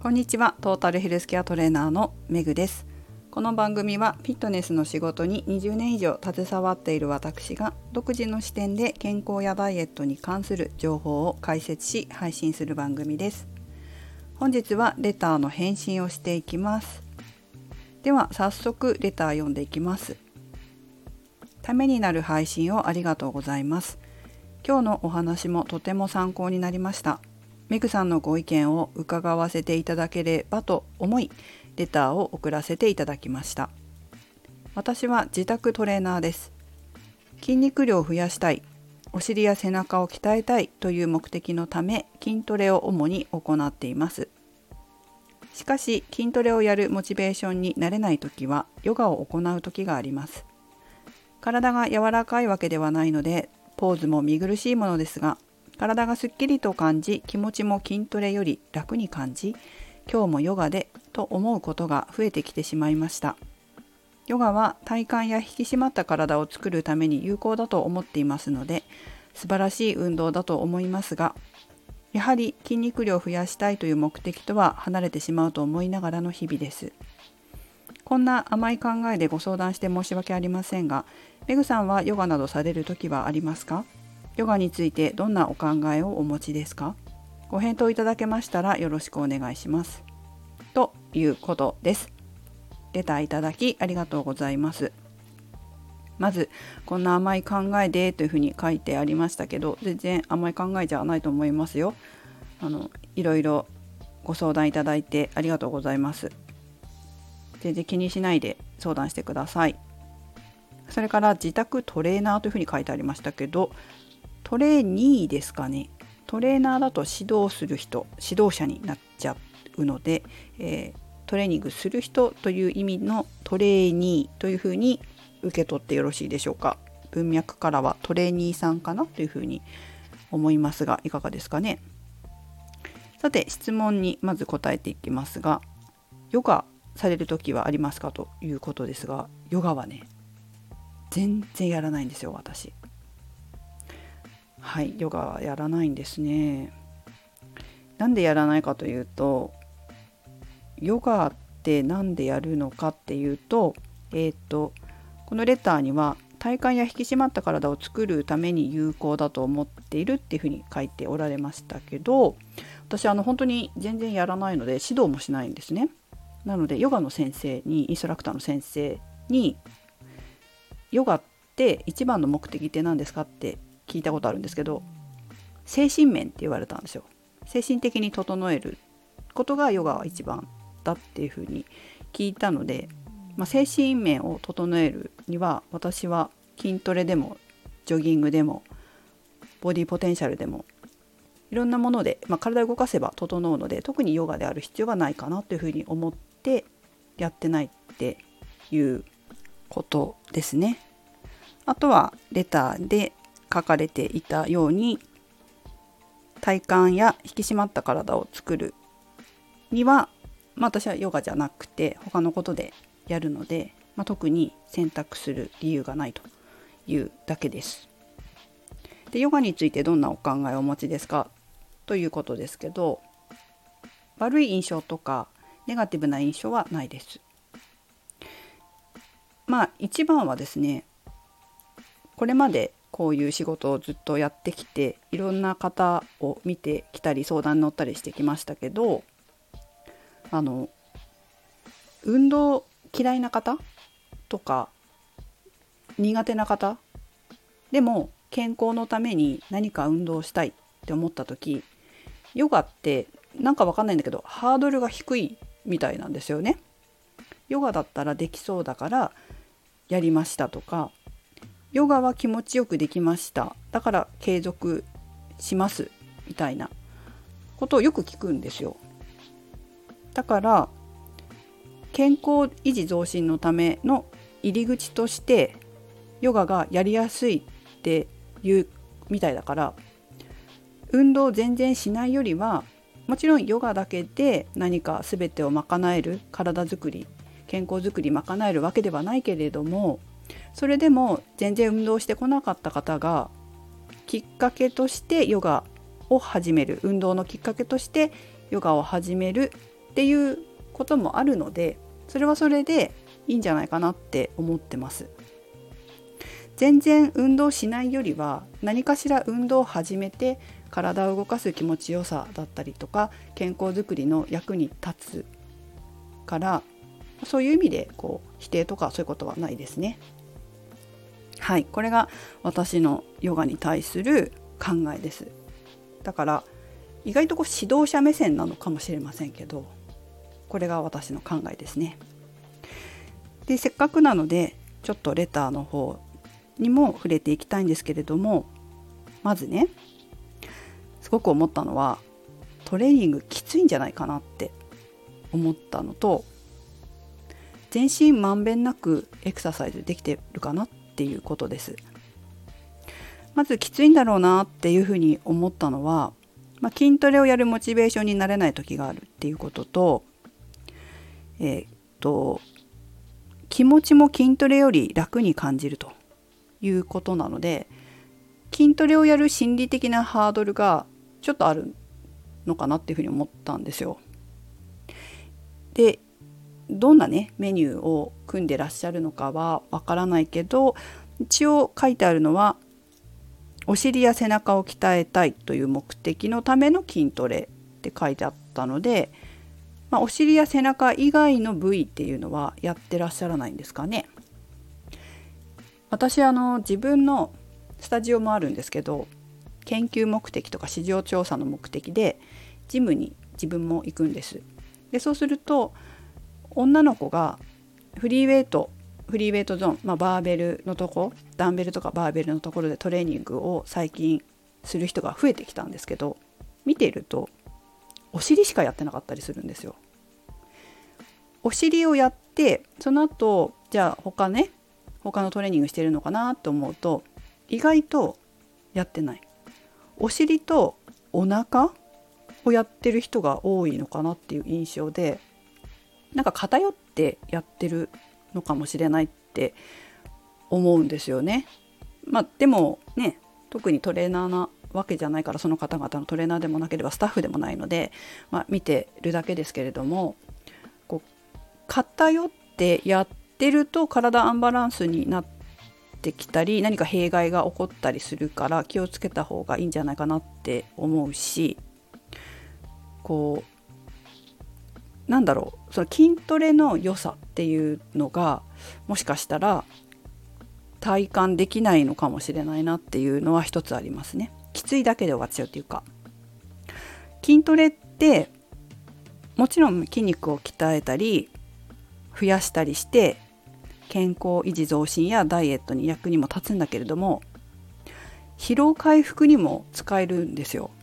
こんにちは。トータルヘルスケアトレーナーのめぐです。この番組はフィットネスの仕事に20年以上携わっている私が独自の視点で健康やダイエットに関する情報を解説し配信する番組です。本日はレターの返信をしていきます。では早速レター読んでいきます。ためになる配信をありがとうございます。今日のお話もとても参考になりました。メグさんのご意見を伺わせていただければと思い、レターを送らせていただきました。私は自宅トレーナーです。筋肉量を増やしたい、お尻や背中を鍛えたいという目的のため、筋トレを主に行っています。しかし、筋トレをやるモチベーションになれないときは、ヨガを行うときがあります。体が柔らかいわけではないので、ポーズも見苦しいものですが、体がすっきりと感じ、気持ちも筋トレより楽に感じ、今日もヨガでと思うことが増えてきてしまいました。ヨガは体幹や引き締まった体を作るために有効だと思っていますので、素晴らしい運動だと思いますが、やはり筋肉量を増やしたいという目的とは離れてしまうと思いながらの日々です。こんな甘い考えでご相談して申し訳ありませんが、メグさんはヨガなどされるときはありますか？ヨガについてどんなお考えをお持ちですか？ご返答いただけましたらよろしくお願いします。ということです。レターいただきありがとうございます。まず、こんな甘い考えでというふうに書いてありましたけど、全然甘い考えじゃないと思いますよ。いろいろご相談いただいてありがとうございます。全然気にしないで相談してください。それから自宅トレーナーというふうに書いてありましたけど、トレーニーですかね。トレーナーだと指導する人、指導者になっちゃうので、トレーニングする人という意味のトレーニーというふうに受け取ってよろしいでしょうか。文脈からはトレーニーさんかなというふうに思いますが、いかがですかね。さて、質問にまず答えていきますが、ヨガされるときはありますかということですが、ヨガはね、全然やらないんですよ、私。はい、ヨガはやらないんですね。なんでやらないかというと、ヨガってなんでやるのかっていうと、このレターには体幹や引き締まった体を作るために有効だと思っているっていうふうに書いておられましたけど、私本当に全然やらないので指導もしないんですね。なのでヨガの先生に、インストラクターの先生に、ヨガって一番の目的って何ですかって聞いたことあるんですけど、精神面って言われたんですよ。精神的に整えることがヨガは一番だっていうふうに聞いたので、精神面を整えるには、私は筋トレでもジョギングでもボディポテンシャルでもいろんなもので、体を動かせば整うので、特にヨガである必要はないかなというふうに思ってやってないっていうことですね。あとはレターで書かれていたように、体幹や引き締まった体を作るには、私はヨガじゃなくて他のことでやるので、特に選択する理由がないというだけです。で、ヨガについてどんなお考えをお持ちですかということですけど、悪い印象とかネガティブな印象はないです。一番はですね、これまでこういう仕事をずっとやってきて、いろんな方を見てきたり相談に乗ったりしてきましたけど、運動嫌いな方とか苦手な方でも健康のために何か運動したいって思った時、ヨガってなんかわかんないんだけどハードルが低いみたいなんですよね。ヨガだったらできそうだからやりましたとか、ヨガは気持ちよくできましただから継続しますみたいなことをよく聞くんですよ。だから健康維持増進のための入り口としてヨガがやりやすいっていうみたいだから、運動全然しないよりは、もちろんヨガだけで何か全てを賄える、体づくり、健康づくり賄えるわけではないけれども、それでも全然運動してこなかった方がきっかけとしてヨガを始める、運動のきっかけとしてヨガを始めるっっていうこともあるので、それはそれでいいんじゃないかなって思ってます。全然運動しないよりは何かしら運動を始めて体を動かす気持ちよさだったりとか健康づくりの役に立つから、そういう意味で否定とかそういうことはないですね。はい、これが私のヨガに対する考えです。だから意外と指導者目線なのかもしれませんけど、これが私の考えですね。で、せっかくなのでちょっとレターの方にも触れていきたいんですけれども、まずね、すごく思ったのはトレーニングきついんじゃないかなって思ったのと、全身まんべんなくエクササイズできてるかなっていうことです。まずきついんだろうなっていうふうに思ったのは、筋トレをやるモチベーションになれない時があるっていうことと、気持ちも筋トレより楽に感じるということなので、筋トレをやる心理的なハードルがちょっとあるのかなっていうふうに思ったんですよ。で、どんなねメニューを組んでらっしゃるのかはわからないけど、一応書いてあるのはお尻や背中を鍛えたいという目的のための筋トレって書いてあったので、お尻や背中以外の部位っていうのはやってらっしゃらないんですかね。私自分のスタジオもあるんですけど、研究目的とか市場調査の目的でジムに自分も行くんです。で、そうすると女の子がフリーウェイトゾーン、バーベルのとこ、ダンベルとかバーベルのところでトレーニングを最近する人が増えてきたんですけど、見ているとお尻しかやってなかったりするんですよ。お尻をやって、その後じゃあ他のトレーニングしてるのかなと思うと、意外とやってない。お尻とお腹をやってる人が多いのかなっていう印象で、なんか偏ってやってるのかもしれないって思うんですよね。でもね、特にトレーナーなわけじゃないから、その方々のトレーナーでもなければスタッフでもないので、見てるだけですけれども、偏ってやってると体アンバランスになってきたり、何か弊害が起こったりするから気をつけた方がいいんじゃないかなって思うし、その筋トレの良さっていうのがもしかしたら体感できないのかもしれないなっていうのは一つありますね。きついだけで終わっちゃうっていうか、筋トレってもちろん筋肉を鍛えたり増やしたりして健康維持増進やダイエットに役にも立つんだけれども、疲労回復にも使えるんですよ。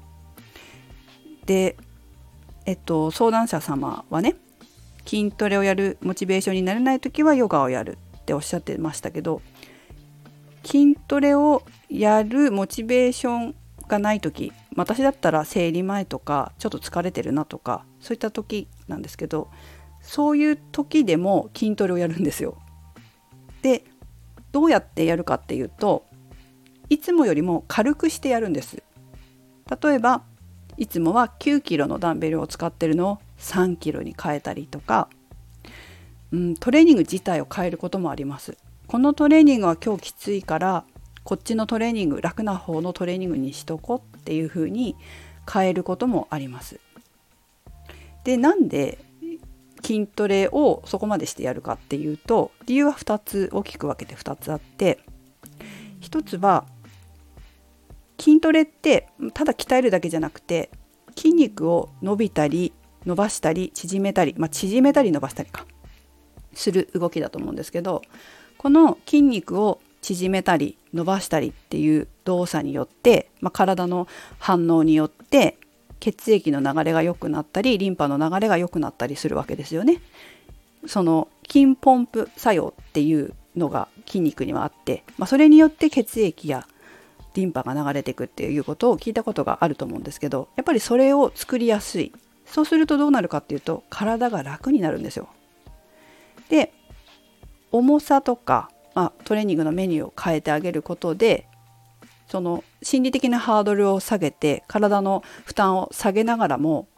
で、相談者様はね、筋トレをやるモチベーションになれないときはヨガをやるっておっしゃってましたけど、筋トレをやるモチベーションがないとき、私だったら生理前とかちょっと疲れてるなとか、そういった時なんですけど、そういう時でも筋トレをやるんですよ。で、どうやってやるかっていうと、いつもよりも軽くしてやるんです。例えばいつもは9キロのダンベルを使ってるのを3キロに変えたりとか、トレーニング自体を変えることもあります。このトレーニングは今日きついからこっちのトレーニング、楽な方のトレーニングにしとこうっていう風に変えることもあります。で、なんで筋トレをそこまでしてやるかっていうと、理由は大きく分けて2つあって、1つは筋トレってただ鍛えるだけじゃなくて、筋肉を伸びたり伸ばしたり縮めたり、縮めたり伸ばしたりする動きだと思うんですけど、この筋肉を縮めたり伸ばしたりっていう動作によって、体の反応によって血液の流れが良くなったりリンパの流れが良くなったりするわけですよね。その筋ポンプ作用っていうのが筋肉にはあって、それによって血液やリンパが流れていくっていうことを聞いたことがあると思うんですけど、やっぱりそれを作りやすい。そうするとどうなるかっていうと、体が楽になるんですよ。で、重さとか、トレーニングのメニューを変えてあげることで、その心理的なハードルを下げて体の負担を下げながらも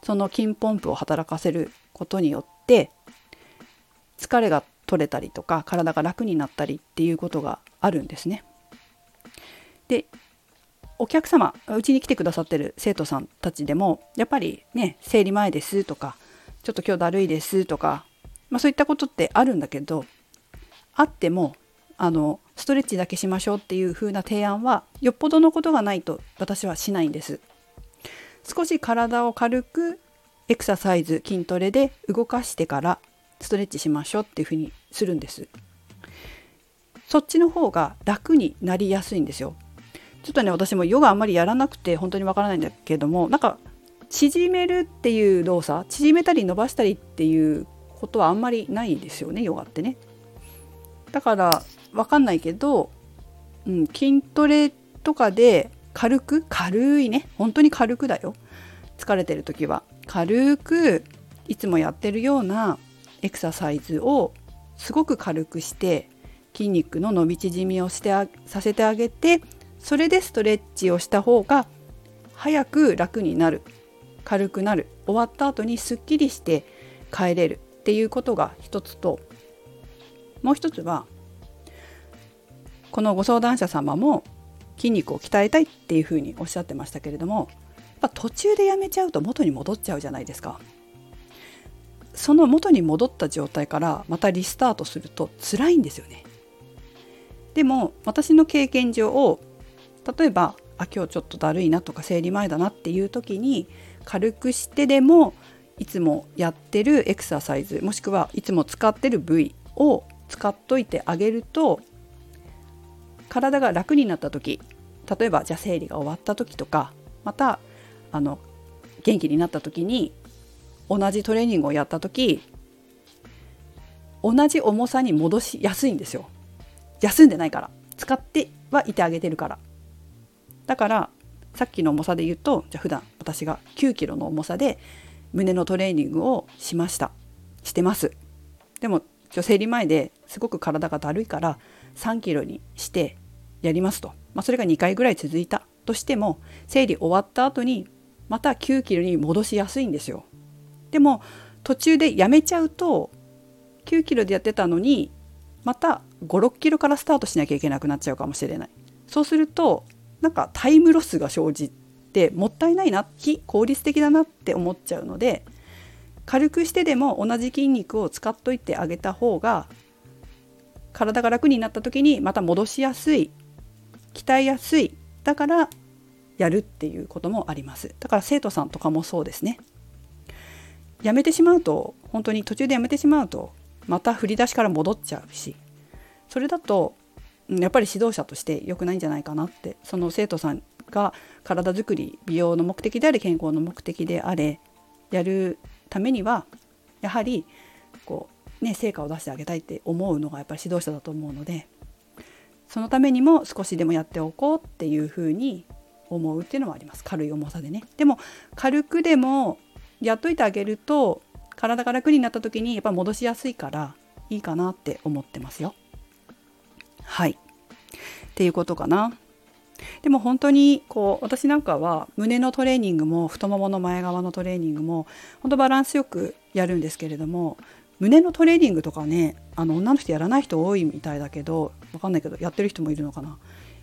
その筋ポンプを働かせることによって疲れが取れたりとか体が楽になったりっていうことがあるんですね。で、お客様、うちに来てくださってる生徒さんたちでもやっぱりね、生理前ですとか、ちょっと今日だるいですとか、そういったことってあるんだけど、あってもストレッチだけしましょうっていう風な提案はよっぽどのことがないと私はしないんです。少し体を軽くエクササイズ、筋トレで動かしてからストレッチしましょうっていう風にするんです。そっちの方が楽になりやすいんですよ。ちょっとね、私もヨガあんまりやらなくて本当にわからないんだけども、なんか縮めるっていう動作、縮めたり伸ばしたりっていうことはあんまりないですよね、ヨガってね。だからわかんないけど、筋トレとかで軽いね、本当に軽くだよ、疲れてる時は軽くいつもやってるようなエクササイズをすごく軽くして筋肉の伸び縮みをさせてあげて、それでストレッチをした方が早く楽になる、軽くなる、終わった後にすっきりして帰れるっていうことが一つと、もう一つはこのご相談者様も筋肉を鍛えたいっていうふうにおっしゃってましたけれども、途中でやめちゃうと元に戻っちゃうじゃないですか。その元に戻った状態からまたリスタートすると辛いんですよね。でも私の経験上、例えば今日ちょっとだるいなとか生理前だなっていう時に軽くしてでもいつもやってるエクササイズ、もしくはいつも使ってる部位を使っといてあげると、体が楽になった時、例えばじゃあ生理が終わった時とか、また元気になった時に同じトレーニングをやった時、同じ重さに戻しやすいんですよ。休んでないから、使ってはいてあげてるから。だからさっきの重さで言うと、じゃあ普段私が9キロの重さで胸のトレーニングをしてます。でも生理前ですごく体がだるいから3キロにしてやりますと、それが2回ぐらい続いたとしても、生理終わった後にまた9キロに戻しやすいんですよ。でも途中でやめちゃうと、9キロでやってたのにまた5、6キロからスタートしなきゃいけなくなっちゃうかもしれない。そうするとなんかタイムロスが生じてもったいないな、非効率的だなって思っちゃうので、軽くしてでも同じ筋肉を使っといてあげた方が体が楽になった時にまた戻しやすい、鍛えやすい、だからやるっていうこともあります。だから生徒さんとかもそうですね。やめてしまうと、本当に途中でやめてしまうとまた振り出しから戻っちゃうし、それだとやっぱり指導者として良くないんじゃないかなって。その生徒さんが体づくり、美容の目的であれ、健康の目的であれ、やるためにはやはり成果を出してあげたいって思うのがやっぱり指導者だと思うので、そのためにも少しでもやっておこうっていうふうに思うっていうのはあります。軽い重さでね。でも軽くでもやっといてあげると体が楽になった時にやっぱ戻しやすいからいいかなって思ってますよ。はい、っていうことかな。でも本当に私なんかは胸のトレーニングも太ももの前側のトレーニングも本当バランスよくやるんですけれども、胸のトレーニングとかね、女の人やらない人多いみたいだけど、分かんないけどやってる人もいるのかな。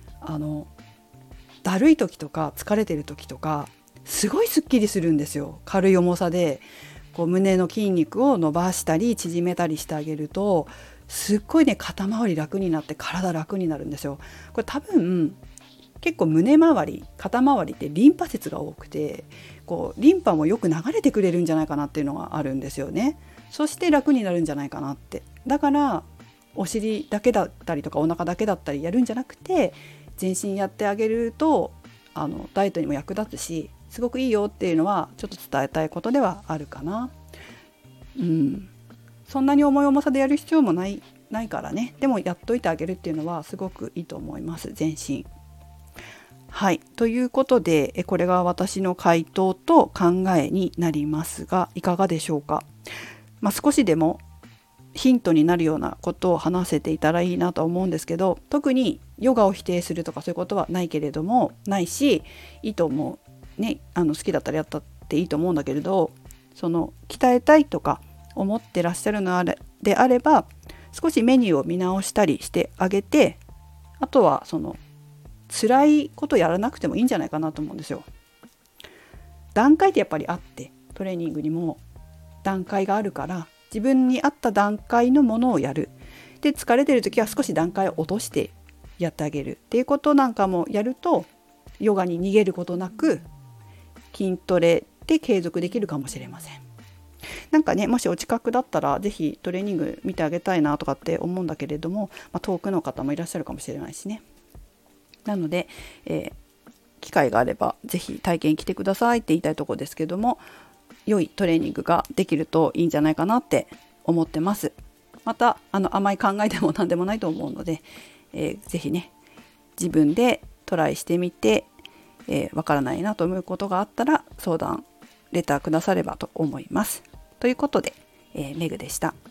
だるい時とか疲れてる時とかすごいスッキリするんですよ。軽い重さで胸の筋肉を伸ばしたり縮めたりしてあげるとすっごいね、肩周り楽になって体楽になるんですよ。これ多分結構胸周り、肩周りってリンパ節が多くて、リンパもよく流れてくれるんじゃないかなっていうのがあるんですよね。そして楽になるんじゃないかなって。だからお尻だけだったりとかお腹だけだったりやるんじゃなくて、全身やってあげるとダイエットにも役立つし、すごくいいよっていうのはちょっと伝えたいことではあるかな。そんなに重い重さでやる必要もないからね。でもやっといてあげるっていうのはすごくいいと思います、全身。はい、ということでこれが私の回答と考えになりますが、いかがでしょうか。少しでもヒントになるようなことを話せていたらいいなと思うんですけど、特にヨガを否定するとかそういうことはないけれども、ないしいいと思うね。好きだったらやったっていいと思うんだけれど、その鍛えたいとか思ってらっしゃるのであれば、少しメニューを見直したりしてあげて、あとはその辛いことやらなくてもいいんじゃないかなと思うんですよ。段階ってやっぱりあって、トレーニングにも段階があるから、自分に合った段階のものをやる。で、疲れてる時は少し段階を落としてやってあげるっていうことなんかもやると、ヨガに逃げることなく筋トレで継続できるかもしれません。なんかね、もしお近くだったらぜひトレーニング見てあげたいなとかって思うんだけれども、遠くの方もいらっしゃるかもしれないしね。なので、機会があればぜひ体験来てくださいって言いたいところですけども、良いトレーニングができるといいんじゃないかなって思ってます。また甘い考えでも何でもないと思うので、ぜひね、自分でトライしてみて、わからないなと思うことがあったら相談レターくださればと思います。ということで、メグでした。